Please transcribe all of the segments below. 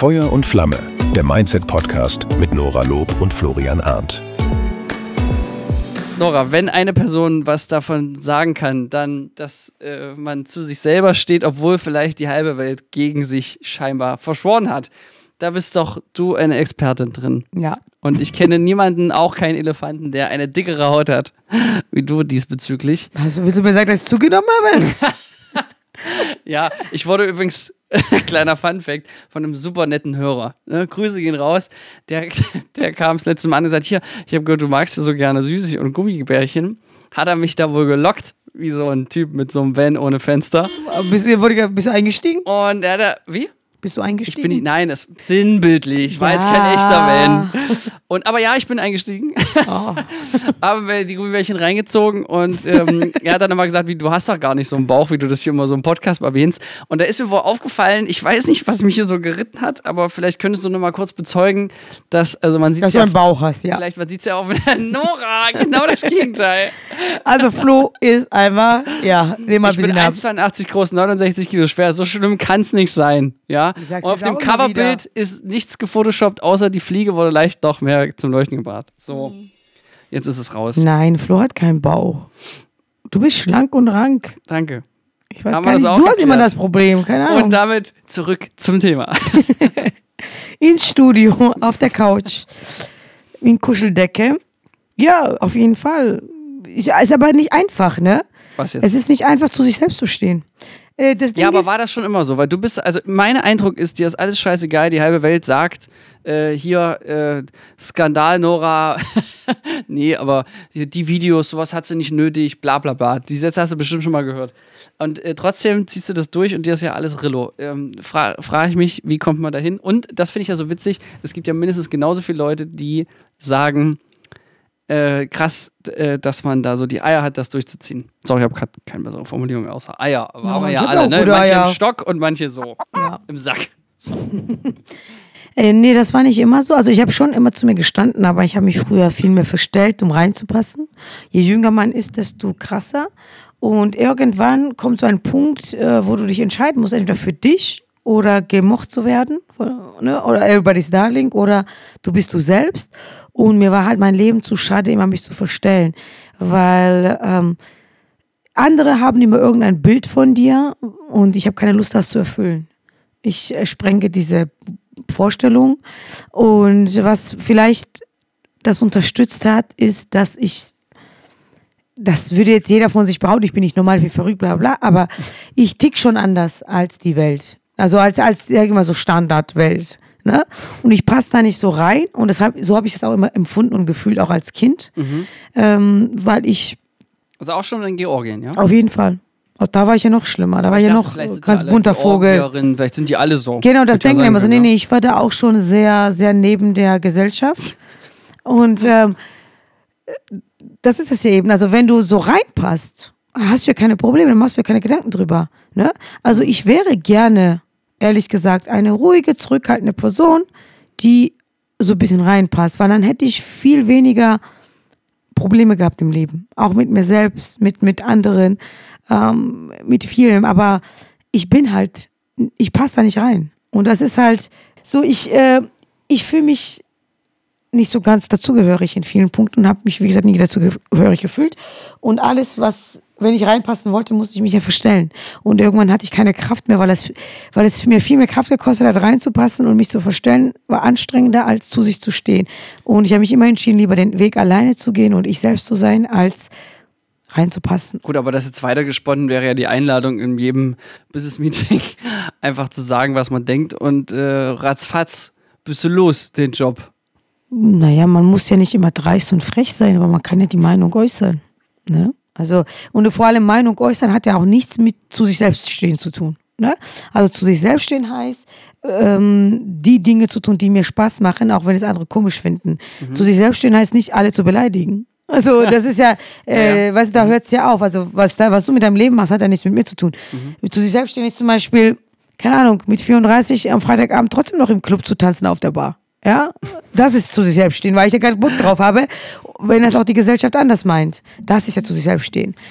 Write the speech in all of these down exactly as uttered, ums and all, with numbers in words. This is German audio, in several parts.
Feuer und Flamme, der Mindset-Podcast mit Nora Lob und Florian Arndt. Nora, wenn eine Person was davon sagen kann, dann, dass äh, man zu sich selber steht, obwohl vielleicht die halbe Welt gegen sich scheinbar verschworen hat. Da bist doch du eine Expertin drin. Ja. Und ich kenne niemanden, auch keinen Elefanten, der eine dickere Haut hat, wie du diesbezüglich. Also willst du mir sagen, dass ich zugenommen habe? Ja, ich wurde übrigens, kleiner Funfact, von einem super netten Hörer. Ne? Grüße gehen raus. Der, der kam das letzte Mal an und gesagt, hier, ich habe gehört, du magst ja so gerne Süßig und Gummibärchen. Hat er mich da wohl gelockt, wie so ein Typ mit so einem Van ohne Fenster. Bist du, bist du eingestiegen? Und er hat da, wie? Bist du eingestiegen? Ich bin nicht, nein, das ist sinnbildlich, war ja. jetzt kein echter Van. Und, aber ja, ich bin eingestiegen. Oh. Habe die Gummibärchen reingezogen und ähm, er hat dann immer gesagt, wie, du hast doch gar nicht so einen Bauch, wie du das hier immer so im Podcast erwähnst. Und da ist mir wohl aufgefallen, ich weiß nicht, was mich hier so geritten hat, aber vielleicht könntest du noch mal kurz bezeugen, dass, also man sieht dass ja, du einen Bauch hast, ja. Vielleicht, man sieht es ja auch mit der Nora, genau das Gegenteil. Also Flo ist einfach, ja, nehm mal ein ich bin bisschen ab. eins Komma zweiundachtzig groß, neunundsechzig Kilo schwer, so schlimm kann es nicht sein, ja. Und auf dem Coverbild ist nichts gefotoshoppt, außer die Fliege wurde leicht noch mehr zum Leuchten gebracht. So, jetzt ist es raus. Nein, Flo hat keinen Bauch. Du bist schlank und rank. Danke. Ich weiß Haben gar wir nicht, das du auch hast immer geklärt? das Problem, keine Ahnung. Und damit zurück zum Thema. Ins Studio, auf der Couch, in Kuscheldecke. Ja, auf jeden Fall. Ist ist aber nicht einfach, ne? Was jetzt? Es ist nicht einfach, zu sich selbst zu stehen. Äh, das Ding Ja, aber ist, war das schon immer so? Weil du bist, also mein Eindruck ist, dir ist alles scheißegal, die halbe Welt sagt, äh, hier, äh, Skandal, Nora, nee, aber die, die Videos, sowas hat sie nicht nötig, bla bla bla. Die Sätze hast du bestimmt schon mal gehört. Und äh, trotzdem ziehst du das durch und dir ist ja alles Rillo. Ähm, fra- frage ich mich, wie kommt man da hin? Und das finde ich ja so witzig, es gibt ja mindestens genauso viele Leute, die sagen, Äh, krass, äh, dass man da so die Eier hat, das durchzuziehen. Sorry, ich habe gerade keine bessere Formulierung außer Eier. Aber Ja, haben wir ich ja hab alle, auch ne? gute Manche Eier. im Stock und manche so Ja. im Sack. So. Äh, nee, das war nicht immer so. Also ich habe schon immer zu mir gestanden, aber ich habe mich früher viel mehr verstellt, um reinzupassen. Je jünger man ist, desto krasser. Und irgendwann kommt so ein Punkt, äh, wo du dich entscheiden musst, entweder für dich oder gemocht zu werden, ne? Oder everybody's darling, oder du bist du selbst. Und mir war halt mein Leben zu schade, immer mich zu verstellen. Weil ähm, andere haben immer irgendein Bild von dir und ich habe keine Lust, das zu erfüllen. Ich äh, sprenge diese Vorstellung. Und was vielleicht das unterstützt hat, ist, dass ich, das würde jetzt jeder von sich behaupten, ich bin nicht normal, ich bin verrückt, bla bla, aber ich tick schon anders als die Welt. Also als, als sag ich mal, so Standardwelt. Ne? Und ich passe da nicht so rein und deshalb, so habe ich das auch immer empfunden und gefühlt, auch als Kind. Mhm. Ähm, weil ich... Also auch schon in Georgien, ja? Auf jeden Fall. Auch da war ich ja noch schlimmer. Da war ich ja noch ganz bunter Vogel. Vielleicht sind die alle so. Genau, das Wird ja denken wir sein immer so. Nee, können, nee, ich war da auch schon sehr, sehr neben der Gesellschaft. Und ähm, das ist es ja eben. Also wenn du so reinpasst, hast du ja keine Probleme, dann machst du ja keine Gedanken drüber. Ne? Also ich wäre gerne, ehrlich gesagt, eine ruhige, zurückhaltende Person, die so ein bisschen reinpasst. Weil dann hätte ich viel weniger Probleme gehabt im Leben. Auch mit mir selbst, mit, mit anderen, ähm, mit vielem. Aber ich bin halt, ich passe da nicht rein. Und das ist halt so, ich, äh, ich fühle mich nicht so ganz dazugehörig in vielen Punkten und habe mich, wie gesagt, nie dazugehörig gefühlt. Und alles, was, wenn ich reinpassen wollte, musste ich mich ja verstellen. Und irgendwann hatte ich keine Kraft mehr, weil es, weil es mir viel mehr Kraft gekostet hat, reinzupassen und mich zu verstellen, war anstrengender, als zu sich zu stehen. Und ich habe mich immer entschieden, lieber den Weg alleine zu gehen und ich selbst zu sein, als reinzupassen. Gut, aber das jetzt weitergesponnen wäre ja die Einladung in jedem Business-Meeting, einfach zu sagen, was man denkt und äh, ratzfatz bist du los, den Job. Naja, man muss ja nicht immer dreist und frech sein, aber man kann ja die Meinung äußern. Ne? Also, und vor allem Meinung äußern hat ja auch nichts mit zu sich selbst stehen zu tun. Ne? Also zu sich selbst stehen heißt, ähm, die Dinge zu tun, die mir Spaß machen, auch wenn es andere komisch finden. Mhm. Zu sich selbst stehen heißt nicht, alle zu beleidigen. Also das ist ja, äh, ja. Weißt du, da hört es ja auf. Also was, da, was du mit deinem Leben machst, hat ja nichts mit mir zu tun. Mhm. Zu sich selbst stehen ist zum Beispiel, keine Ahnung, mit vierunddreißig am Freitagabend trotzdem noch im Club zu tanzen auf der Bar. Ja, das ist zu sich selbst stehen, weil ich ja keinen Bock drauf habe, wenn das auch die Gesellschaft anders meint. Das ist ja zu sich selbst stehen.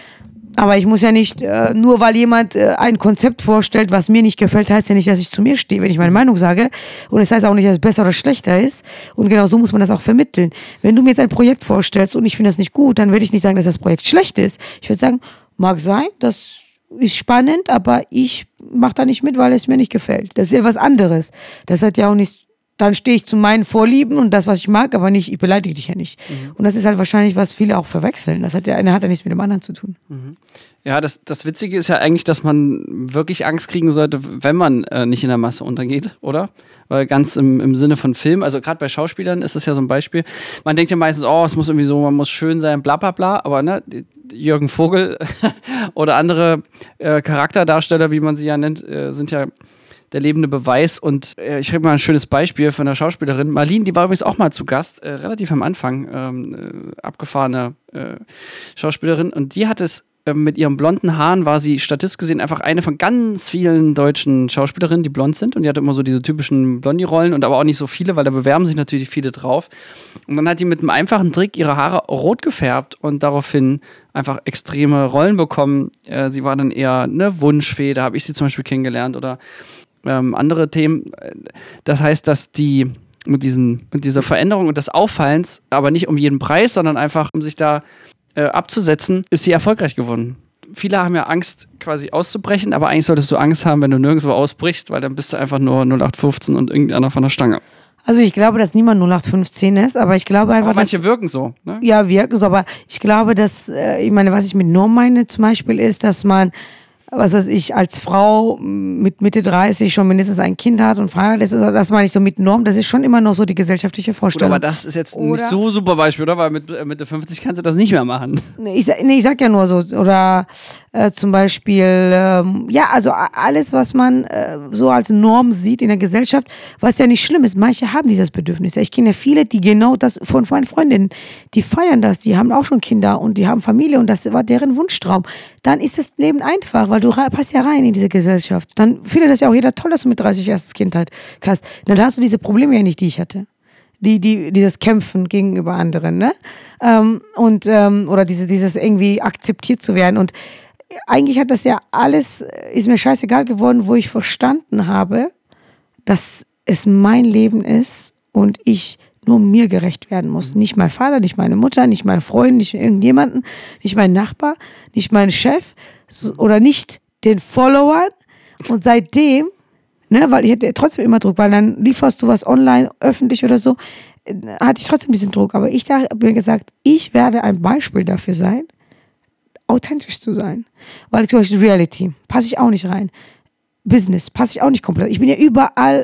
Aber ich muss ja nicht, äh, nur weil jemand äh, ein Konzept vorstellt, was mir nicht gefällt, heißt ja nicht, dass ich zu mir stehe, wenn ich meine Meinung sage. Und es heißt auch nicht, dass es besser oder schlechter ist. Und genau so muss man das auch vermitteln. Wenn du mir jetzt ein Projekt vorstellst und ich finde das nicht gut, dann würde ich nicht sagen, dass das Projekt schlecht ist. Ich würde sagen, mag sein, das ist spannend, aber ich mache da nicht mit, weil es mir nicht gefällt. Das ist ja was anderes. Das hat ja auch nichts. Dann stehe ich zu meinen Vorlieben und das, was ich mag, aber nicht, ich beleidige dich ja nicht. Mhm. Und das ist halt wahrscheinlich, was viele auch verwechseln. Das hat ja, eine hat ja nichts mit dem anderen zu tun. Mhm. Ja, das, das Witzige ist ja eigentlich, dass man wirklich Angst kriegen sollte, wenn man äh, nicht in der Masse untergeht, oder? Weil ganz im, im Sinne von Film, also gerade bei Schauspielern ist das ja so ein Beispiel. Man denkt ja meistens, oh, es muss irgendwie so, man muss schön sein, bla bla bla. Aber ne, Jürgen Vogel oder andere äh, Charakterdarsteller, wie man sie ja nennt, äh, sind ja der lebende Beweis. Und äh, ich habe mal ein schönes Beispiel von einer Schauspielerin. Marlene, die war übrigens auch mal zu Gast, äh, relativ am Anfang, ähm, äh, abgefahrene äh, Schauspielerin. Und die hat es äh, mit ihren blonden Haaren, war sie statistisch gesehen einfach eine von ganz vielen deutschen Schauspielerinnen, die blond sind. Und die hatte immer so diese typischen Blondie-Rollen und aber auch nicht so viele, weil da bewerben sich natürlich viele drauf. Und dann hat die mit einem einfachen Trick ihre Haare rot gefärbt und daraufhin einfach extreme Rollen bekommen. Äh, sie war dann eher eine Wunschfee, da habe ich sie zum Beispiel kennengelernt, oder Ähm, andere Themen. Das heißt, dass die mit, diesem, mit dieser Veränderung und des Auffallens, aber nicht um jeden Preis, sondern einfach, um sich da äh, abzusetzen, ist sie erfolgreich geworden. Viele haben ja Angst, quasi auszubrechen, aber eigentlich solltest du Angst haben, wenn du nirgendwo ausbrichst, weil dann bist du einfach nur null acht fünfzehn und irgendeiner von der Stange. Also ich glaube, dass niemand null acht fünfzehn ist, aber ich glaube einfach, aber manche dass, wirken so. Ne? Ja, wirken so, aber ich glaube, dass, äh, ich meine, was ich mit Norm meine zum Beispiel ist, dass man, was weiß ich, als Frau mit Mitte dreißig schon mindestens ein Kind hat und verheiratet ist, das meine ich so mit Norm, das ist schon immer noch so die gesellschaftliche Vorstellung. Gut, aber das ist jetzt oder, nicht so super Beispiel, oder? Weil mit Mitte fünfzig kannst du das nicht mehr machen. Nee, ich, nee, ich sag ja nur so, oder äh, zum Beispiel, ähm, ja, also alles, was man äh, so als Norm sieht in der Gesellschaft, was ja nicht schlimm ist, manche haben dieses Bedürfnis. Ich kenne ja viele, die genau das, von meinen Freundinnen, die feiern das, die haben auch schon Kinder und die haben Familie und das war deren Wunschtraum. Dann ist das Leben einfach, weil du passt ja rein in diese Gesellschaft. Dann findet das ja auch jeder toll, dass du mit dreißig erstes Kind halt hast. Dann hast du diese Probleme ja nicht, die ich hatte. Die, die, dieses Kämpfen gegenüber anderen, ne? Ähm, und, ähm, oder diese, dieses irgendwie akzeptiert zu werden. Und eigentlich hat das ja alles, ist mir scheißegal geworden, wo ich verstanden habe, dass es mein Leben ist und ich nur mir gerecht werden muss. Nicht mein Vater, nicht meine Mutter, nicht mein Freund, nicht irgendjemanden, nicht mein Nachbar, nicht mein Chef oder nicht den Followern. Und seitdem, ne, weil ich hatte trotzdem immer Druck, weil dann lieferst du was online, öffentlich oder so, hatte ich trotzdem diesen Druck. Aber ich habe mir gesagt, ich werde ein Beispiel dafür sein, authentisch zu sein. Weil zum Beispiel Reality, passe ich auch nicht rein. Business, passe ich auch nicht komplett. Ich bin ja überall,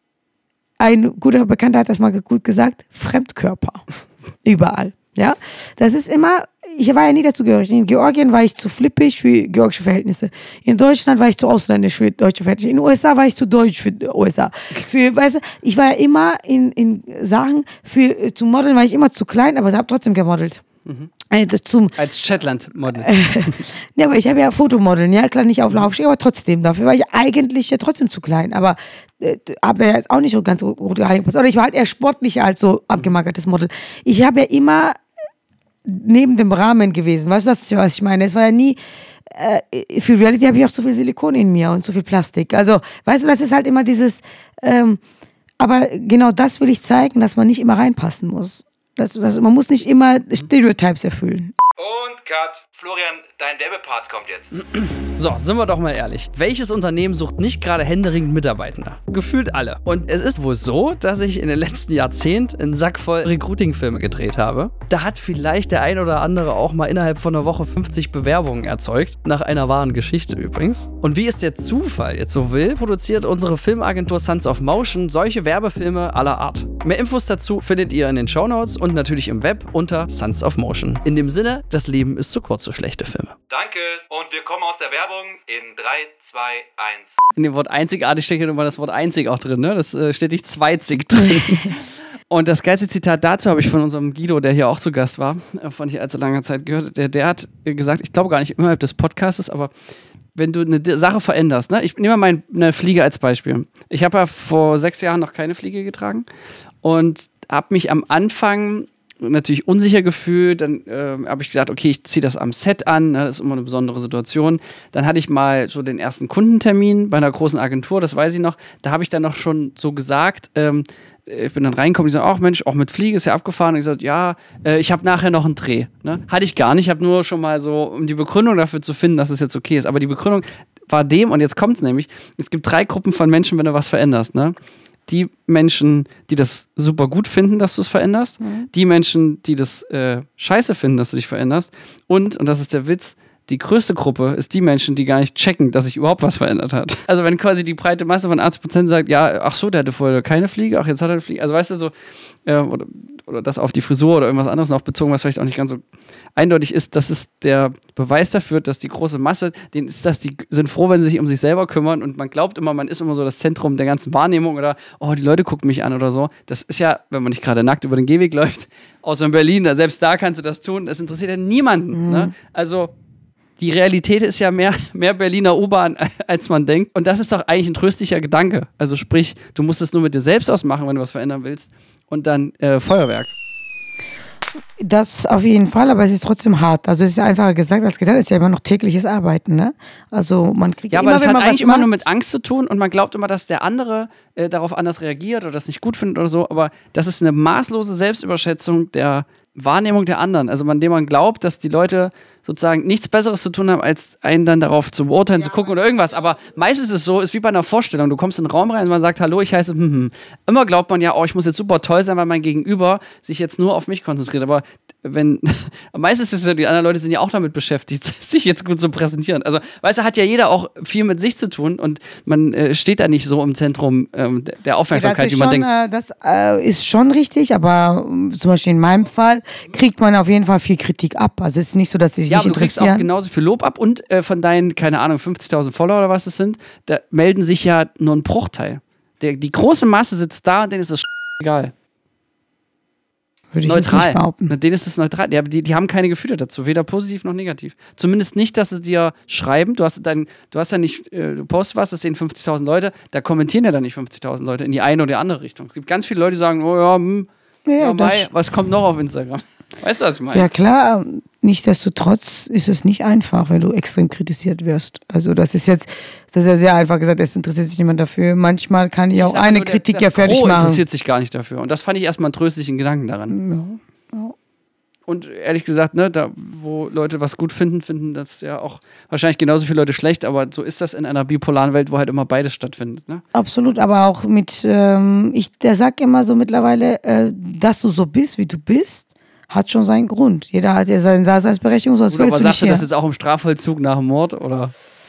ein guter Bekannter hat das mal gut gesagt, Fremdkörper. Überall, ja. Das ist immer, ich war ja nie dazugehörig. In Georgien war ich zu flippig für georgische Verhältnisse. In Deutschland war ich zu ausländisch für deutsche Verhältnisse. In den U S A war ich zu deutsch für U S A. Für, weißt du, ich war ja immer in, in Sachen, für, zu modeln war ich immer zu klein, aber habe trotzdem gemodelt. Mhm. Also zum, als Shetland-Model. Ja, aber ich habe ja Fotomodeln, ja, klar, nicht auf Laufsteg, aber trotzdem. Dafür war ich eigentlich ja trotzdem zu klein. Aber äh, habe ja jetzt auch nicht so ganz gut reingepasst. Oder ich war halt eher sportlicher als so abgemagertes Model. Ich habe ja immer neben dem Rahmen gewesen. Weißt du, das ist, was ich meine? Es war ja nie, äh, für Reality habe ich auch zu viel Silikon in mir und zu viel Plastik. Also, weißt du, das ist halt immer dieses, ähm, aber genau das will ich zeigen, dass man nicht immer reinpassen muss. Das, das, man muss nicht immer Stereotypes erfüllen. Und Cut. Florian, dein Werbepart kommt jetzt. So, sind wir doch mal ehrlich. Welches Unternehmen sucht nicht gerade händeringend Mitarbeitende? Gefühlt alle. Und es ist wohl so, dass ich in den letzten Jahrzehnten einen Sack voll Recruiting-Filme gedreht habe. Da hat vielleicht der ein oder andere auch mal innerhalb von einer Woche fünfzig Bewerbungen erzeugt. Nach einer wahren Geschichte übrigens. Und wie es der Zufall jetzt so will, produziert unsere Filmagentur Sons of Motion solche Werbefilme aller Art. Mehr Infos dazu findet ihr in den Shownotes und natürlich im Web unter Sons of Motion. In dem Sinne, das Leben ist zu kurz für schlechte Filme. Danke. Und wir kommen aus der Werbung in drei, zwei, eins. In dem Wort einzigartig steht ja immer das Wort einzig auch drin, ne? Das äh, steht nicht zweizig drin. Und das geilste Zitat dazu habe ich von unserem Guido, der hier auch zu Gast war, äh, von nicht allzu langer Zeit gehört. Der, der hat gesagt, ich glaube gar nicht innerhalb des Podcasts, aber wenn du eine Sache veränderst, ne? Ich nehme mal meine Fliege als Beispiel. Ich habe ja vor sechs Jahren noch keine Fliege getragen und habe mich am Anfang natürlich unsicher gefühlt. Dann äh, habe ich gesagt, okay, ich ziehe das am Set an. Ne? Das ist immer eine besondere Situation. Dann hatte ich mal so den ersten Kundentermin bei einer großen Agentur, das weiß ich noch. Da habe ich dann noch schon so gesagt, ähm, ich bin dann reingekommen, die sagen, ach Mensch, auch mit Fliege ist ja abgefahren. Und ich gesagt, ja, äh, ich habe nachher noch einen Dreh. Ne? Hatte ich gar nicht. Ich habe nur schon mal so, um die Begründung dafür zu finden, dass es jetzt okay ist. Aber die Begründung war dem, und jetzt kommt es nämlich, es gibt drei Gruppen von Menschen, wenn du was veränderst. Ne? Die Menschen, die das super gut finden, dass du es veränderst. Mhm. Die Menschen, die das äh, scheiße finden, dass du dich veränderst. Und, und das ist der Witz, die größte Gruppe ist die Menschen, die gar nicht checken, dass sich überhaupt was verändert hat. Also wenn quasi die breite Masse von achtzig Prozent sagt, ja, ach so, der hatte vorher keine Fliege, ach, jetzt hat er eine Fliege. Also weißt du, so, äh, oder, oder das auf die Frisur oder irgendwas anderes noch bezogen, was vielleicht auch nicht ganz so eindeutig ist, das ist der Beweis dafür, dass die große Masse, denen ist das, die sind froh, wenn sie sich um sich selber kümmern, und man glaubt immer, man ist immer so das Zentrum der ganzen Wahrnehmung oder, oh, die Leute gucken mich an oder so. Das ist ja, wenn man nicht gerade nackt über den Gehweg läuft, außer in Berlin, da, selbst da kannst du das tun, das interessiert ja niemanden. Mhm. Ne? Also die Realität ist ja mehr, mehr Berliner U-Bahn, als man denkt. Und das ist doch eigentlich ein tröstlicher Gedanke. Also sprich, du musst es nur mit dir selbst ausmachen, wenn du was verändern willst. Und dann äh, Feuerwerk. Das auf jeden Fall, aber es ist trotzdem hart. Also es ist einfacher gesagt als getan, es ist ja immer noch tägliches Arbeiten, ne? Also man kriegt ja, immer, aber es wenn hat man eigentlich was immer macht, nur mit Angst zu tun, und man glaubt immer, dass der andere äh, darauf anders reagiert oder das nicht gut findet oder so. Aber das ist eine maßlose Selbstüberschätzung der Wahrnehmung der anderen. Also indem man glaubt, dass die Leute sozusagen nichts Besseres zu tun haben, als einen dann darauf zu beurteilen, ja, zu gucken oder irgendwas. Aber meistens ist es so, ist wie bei einer Vorstellung. Du kommst in den Raum rein und man sagt, hallo, ich heiße, hm, hm. Immer glaubt man ja, oh, ich muss jetzt super toll sein, weil mein Gegenüber sich jetzt nur auf mich konzentriert. Aber wenn, meistens ist es so, die anderen Leute sind ja auch damit beschäftigt, sich jetzt gut zu präsentieren. Also, weißt du, hat ja jeder auch viel mit sich zu tun, und man äh, steht da nicht so im Zentrum ähm, der Aufmerksamkeit, ja, wie man schon, denkt. Äh, das äh, ist schon richtig, aber äh, zum Beispiel in meinem Fall kriegt man auf jeden Fall viel Kritik ab. Also es ist nicht so, dass sie sich ja, nicht aber du kriegst interessieren. auch genauso viel Lob ab, und äh, von deinen, keine Ahnung, fünfzigtausend Follower oder was es sind, da melden sich ja nur ein Bruchteil. Der, die große Masse sitzt da, und denen ist es egal. Würde ich neutral. jetzt nicht behaupten. Denen ist es neutral. Die, die, die haben keine Gefühle dazu, weder positiv noch negativ. Zumindest nicht, dass sie dir schreiben. Du hast, dein, du hast ja nicht, äh, du postest was, das sehen fünfzigtausend Leute, da kommentieren ja dann nicht fünfzigtausend Leute in die eine oder andere Richtung. Es gibt ganz viele Leute, die sagen, oh ja, hm, Ja, ja, das- Mai, was kommt noch auf Instagram? Weißt du, was ich meine? Ja klar, nichtsdestotrotz ist es nicht einfach, wenn du extrem kritisiert wirst. Also das ist jetzt, das ist ja sehr einfach gesagt, es interessiert sich niemand dafür. Manchmal kann ich auch Ich sage eine nur, der- Kritik das ja fertig Gros machen. interessiert sich gar nicht dafür. Und das fand ich erstmal einen tröstlichen Gedanken daran. Ja, ja. Und ehrlich gesagt, ne, da wo Leute was gut finden, finden das ja auch wahrscheinlich genauso viele Leute schlecht, aber so ist das in einer bipolaren Welt, wo halt immer beides stattfindet. Ne? Absolut, aber auch mit, ähm, ich der sagt immer so mittlerweile, äh, dass du so bist, wie du bist, hat schon seinen Grund. Jeder hat ja seine Daseinsberechtigung, sonst Oder willst aber du nicht sagst du hier. das jetzt auch im Strafvollzug nach dem Mord? Oder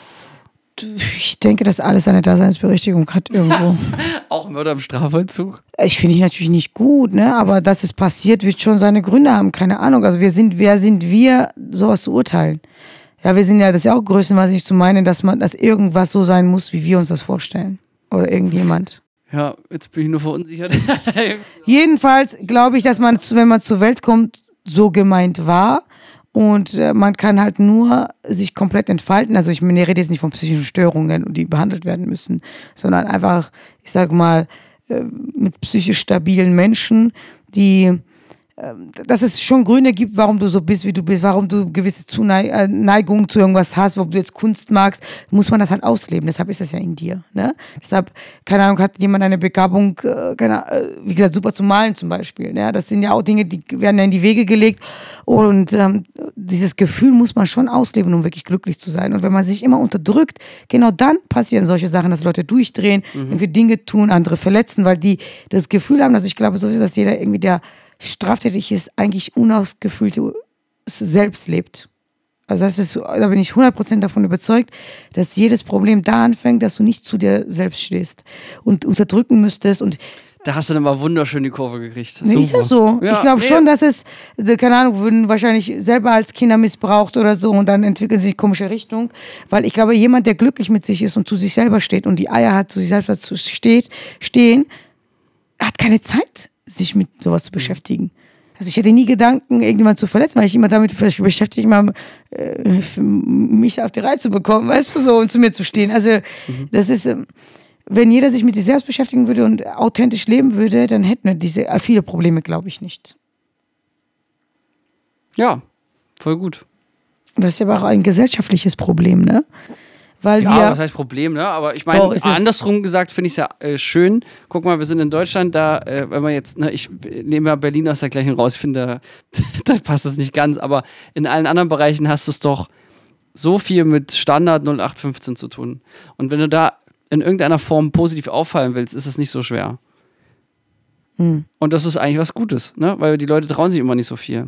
Ich denke, dass alles eine Daseinsberechtigung hat irgendwo. auch Mörder im Strafvollzug? Ich finde ich natürlich nicht gut, ne? Aber dass es passiert, wird schon seine Gründe haben, keine Ahnung. Also wir sind, wer sind wir, sowas zu urteilen? Ja, wir sind ja, das ist ja auch größtenweise zu meinen, dass man, dass irgendwas so sein muss, wie wir uns das vorstellen. Oder irgendjemand. Ja, jetzt bin ich nur verunsichert. Jedenfalls glaube ich, dass man, zu- wenn man zur Welt kommt, so gemeint war. Und äh, man kann halt nur sich komplett entfalten. Also ich meine, ich rede jetzt nicht von psychischen Störungen, die behandelt werden müssen, sondern einfach, ich sag mal, äh, mit psychisch stabilen Menschen, die, äh, dass es schon Gründe gibt, warum du so bist, wie du bist, warum du gewisse Zuneigung zu irgendwas hast, warum du jetzt Kunst magst, muss man das halt ausleben. Deshalb ist das ja in dir. Ne? Deshalb, keine Ahnung, hat jemand eine Begabung, äh, keine, äh, wie gesagt, super zu malen zum Beispiel. Ne? Das sind ja auch Dinge, die werden ja in die Wege gelegt. Und ähm, dieses Gefühl muss man schon ausleben, um wirklich glücklich zu sein. Und wenn man sich immer unterdrückt, genau dann passieren solche Sachen, dass Leute durchdrehen, mhm. irgendwie Dinge tun, andere verletzen, weil die das Gefühl haben, also ich glaube sowieso, dass jeder irgendwie, der straftätig ist, eigentlich unausgefüllt selbst lebt. Also das ist, da bin ich hundert Prozent davon überzeugt, dass jedes Problem da anfängt, dass du nicht zu dir selbst stehst und unterdrücken müsstest. Und Da hast du dann mal wunderschön die Kurve gekriegt. nee, ist das so? Ja, ich glaube nee. schon, dass es, keine Ahnung, wurden wahrscheinlich selber als Kinder missbraucht oder so und dann entwickeln sie sich komische Richtung. Weil ich glaube, jemand, der glücklich mit sich ist und zu sich selber steht und die Eier hat, zu sich selbst zu steht, stehen, hat keine Zeit, sich mit sowas zu beschäftigen. Also ich hätte nie Gedanken, irgendjemand zu verletzen, weil ich immer damit beschäftigt war, äh, mich auf die Reihe zu bekommen, weißt du, so, und zu mir zu stehen. Also mhm. das ist, ähm, wenn jeder sich mit sich selbst beschäftigen würde und authentisch leben würde, dann hätten wir diese äh, viele Probleme, glaube ich, nicht. Ja, voll gut. Das ist aber auch ein gesellschaftliches Problem, ne? Weil Ja, wir, was heißt Problem, ne? Aber ich meine, Doch, ist es- andersrum gesagt finde ich es ja äh, schön. Guck mal, wir sind in Deutschland, da, äh, wenn man jetzt, ne, ich nehme ja Berlin aus der Gleichung raus, ich finde, da passt es nicht ganz, aber in allen anderen Bereichen hast du es doch so viel mit Standard null acht fünfzehn zu tun. Und wenn du da in irgendeiner Form positiv auffallen willst, ist es nicht so schwer. Hm. Und das ist eigentlich was Gutes, ne? Weil die Leute trauen sich immer nicht so viel.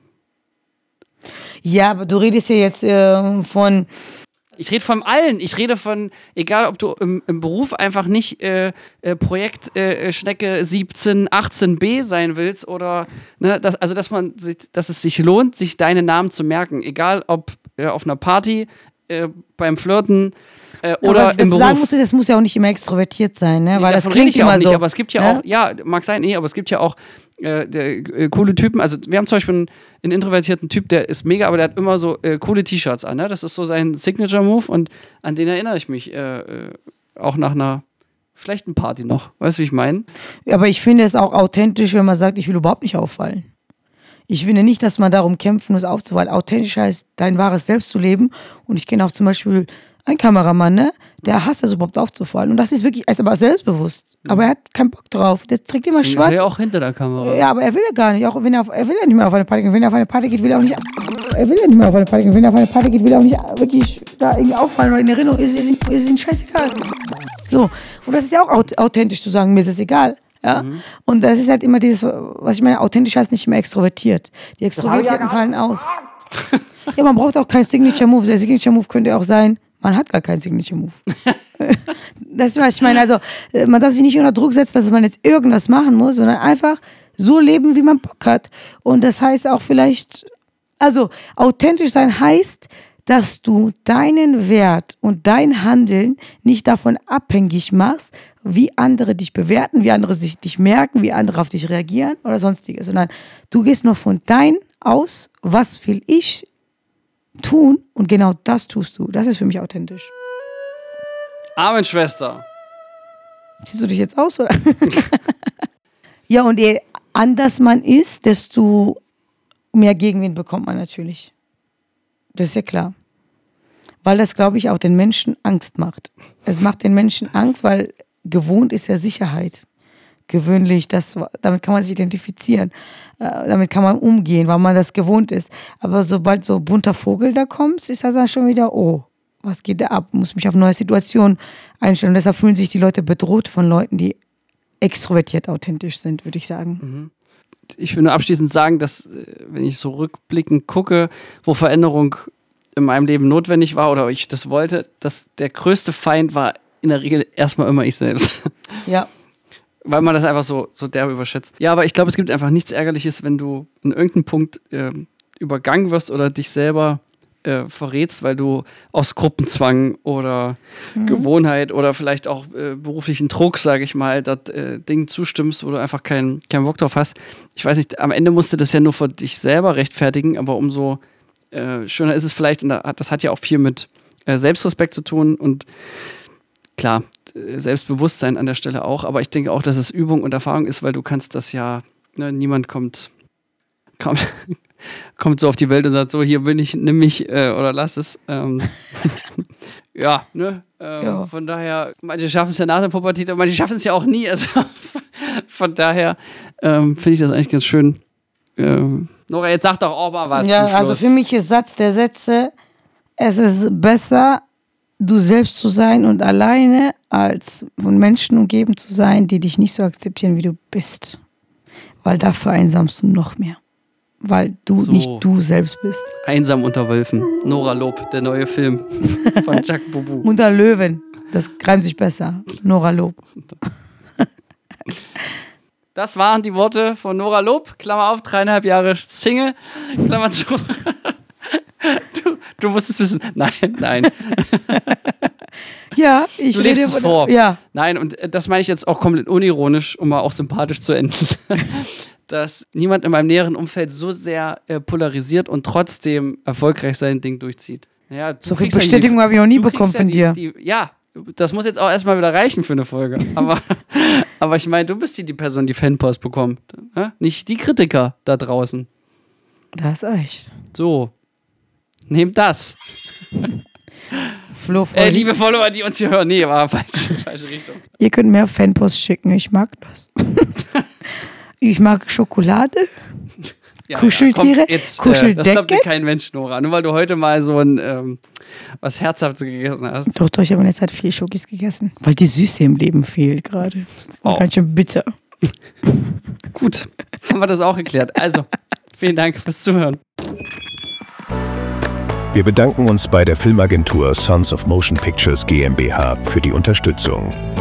ja, aber du redest ja jetzt äh, von, Ich rede von allen. Ich rede von, egal ob du im, im Beruf einfach nicht äh, äh, Projekt äh, Schnecke siebzehn, achtzehn b sein willst oder, ne, das, also dass man sich, dass es sich lohnt, sich deine Namen zu merken. Egal ob äh, auf einer Party, äh, beim Flirten äh, aber oder was ich im dazu Beruf. sagen muss, das muss ja auch nicht immer extrovertiert sein, ne? Weil Nee, das davon klingt rede ich ja immer auch nicht, so. aber es gibt ja ne? auch, ja, mag sein, nee, aber es gibt ja auch äh, der, äh, coole Typen. Also wir haben zum Beispiel einen, einen introvertierten Typ, der ist mega, aber der hat immer so äh, coole T-Shirts an. Ne? Das ist so sein Signature-Move und an den erinnere ich mich äh, äh, auch nach einer schlechten Party noch. Weißt du, wie ich meine? Aber ich finde es auch authentisch, wenn man sagt, ich will überhaupt nicht auffallen. Ich finde nicht, dass man darum kämpfen muss, aufzufallen. Authentisch heißt, dein wahres Selbst zu leben. Und ich kenne auch zum Beispiel einen Kameramann, ne? Der hasst es überhaupt aufzufallen. Und das ist wirklich, er ist aber selbstbewusst. Aber er hat keinen Bock drauf. Der trägt immer Deswegen ist schwarz. er ja auch hinter der Kamera. Ja, aber er will ja gar nicht. Auch wenn er, auf, er will ja nicht mehr auf eine Party gehen. Wenn er auf eine Party geht, will er auch nicht. Er will ja nicht mehr auf eine Party gehen. Wenn er auf eine Party geht, will er auch nicht wirklich da irgendwie auffallen, weil in Erinnerung ist es ihm, ist es ihm scheißegal. So. Und das ist ja auch aut- authentisch zu sagen, mir ist es egal. Ja? Mhm. Und das ist halt immer dieses, was ich meine, authentisch heißt nicht immer extrovertiert. Die Extrovertierten fallen auf. Ja, man braucht auch keinen Signature Move. Der Signature Move könnte auch sein, man hat gar keinen Signature Move. Das ist, was ich meine. Also, man darf sich nicht unter Druck setzen, dass man jetzt irgendwas machen muss, sondern einfach so leben, wie man Bock hat. Und das heißt auch vielleicht, also, authentisch sein heißt, dass du deinen Wert und dein Handeln nicht davon abhängig machst, wie andere dich bewerten, wie andere sich dich merken, wie andere auf dich reagieren oder sonstiges, sondern du gehst nur von dein aus, was will ich tun und genau das tust du. Das ist für mich authentisch. Amen, Schwester. Siehst du dich jetzt aus, oder? Ja, und je anders man ist, desto mehr Gegenwind bekommt man natürlich. Das ist ja klar. Weil das, glaube ich, auch den Menschen Angst macht. Es macht den Menschen Angst, weil gewohnt ist ja Sicherheit. Gewöhnlich, das, damit kann man sich identifizieren. Äh, damit kann man umgehen, weil man das gewohnt ist. Aber sobald so bunter Vogel da kommt, ist das dann schon wieder, oh, was geht da ab? Muss mich auf neue Situationen einstellen. Und deshalb fühlen sich die Leute bedroht von Leuten, die extrovertiert authentisch sind, würde ich sagen. Ich will nur abschließend sagen, dass, wenn ich so rückblickend gucke, wo Veränderung in meinem Leben notwendig war oder ich das wollte, dass der größte Feind war in der Regel erstmal immer ich selbst. Ja. Weil man das einfach so, so derbe überschätzt. Ja, aber ich glaube, es gibt einfach nichts Ärgerliches, wenn du in irgendeinem Punkt äh, übergangen wirst oder dich selber äh, verrätst, weil du aus Gruppenzwang oder mhm. Gewohnheit oder vielleicht auch äh, beruflichen Druck, sage ich mal, das äh, Ding zustimmst, wo du einfach keinen keinen Bock drauf hast. Ich weiß nicht, am Ende musst du das ja nur für dich selber rechtfertigen, aber umso äh, schöner ist es vielleicht, und das hat ja auch viel mit äh, Selbstrespekt zu tun und klar, Selbstbewusstsein an der Stelle auch, aber ich denke auch, dass es Übung und Erfahrung ist, weil du kannst das ja, ne, niemand kommt, kommt, kommt so auf die Welt und sagt, so, hier bin ich, nimm mich äh, oder lass es. Ähm, ja, ne? Ähm, Ja. Von daher, manche schaffen es ja nach der Pubertät, aber manche schaffen es ja auch nie. Also von daher ähm, finde ich das eigentlich ganz schön. Ähm, Nora, jetzt sag doch auch mal was. Ja, zum Schluss. also für mich ist Satz der Sätze, es ist besser, du selbst zu sein und alleine, als von Menschen umgeben zu sein, die dich nicht so akzeptieren, wie du bist. Weil da vereinsamst du noch mehr. Weil du So. nicht du selbst bist. Einsam unter Wölfen. Nora Lob, der neue Film von Jacques Boubou. Unter Löwen, das reimt sich besser. Nora Lob. Das waren die Worte von Nora Lob, Klammer auf, dreieinhalb Jahre Single, Klammer zu. Du, du musst es wissen. Nein, nein. Ja, ich Du rede lebst es vor. Ja, Nein, und das meine ich jetzt auch komplett unironisch, um mal auch sympathisch zu enden. Dass niemand in meinem näheren Umfeld so sehr äh, polarisiert und trotzdem erfolgreich sein Ding durchzieht. Ja, du so viel kriegst ja die- Bestätigung habe ich noch nie du kriegst bekommen ja von die, dir. Die, ja, das muss jetzt auch erstmal wieder reichen für eine Folge. Aber, aber ich meine, du bist die, die Person, die Fanpost bekommt. Ja? Nicht die Kritiker da draußen. Das ist echt. So. Nehmt das. Flo, voll Äh, liebe Follower, die uns hier hören. Nee, war falsche, falsche Richtung. Ihr könnt mehr Fanposts schicken, ich mag das. Ich mag Schokolade, Ja, Kuscheltiere, ja, komm, jetzt, Kuscheldecke. Äh, das glaubt dir kein Mensch, Nora. Nur weil du heute mal so ein ähm, was Herzhaftes gegessen hast. Doch, doch, ich habe in der Zeit viel Schokis gegessen. Weil die Süße im Leben fehlt gerade. Oh. Ganz schön bitter. Gut, haben wir das auch geklärt. Also, vielen Dank fürs Zuhören. Wir bedanken uns bei der Filmagentur Sons of Motion Pictures GmbH für die Unterstützung.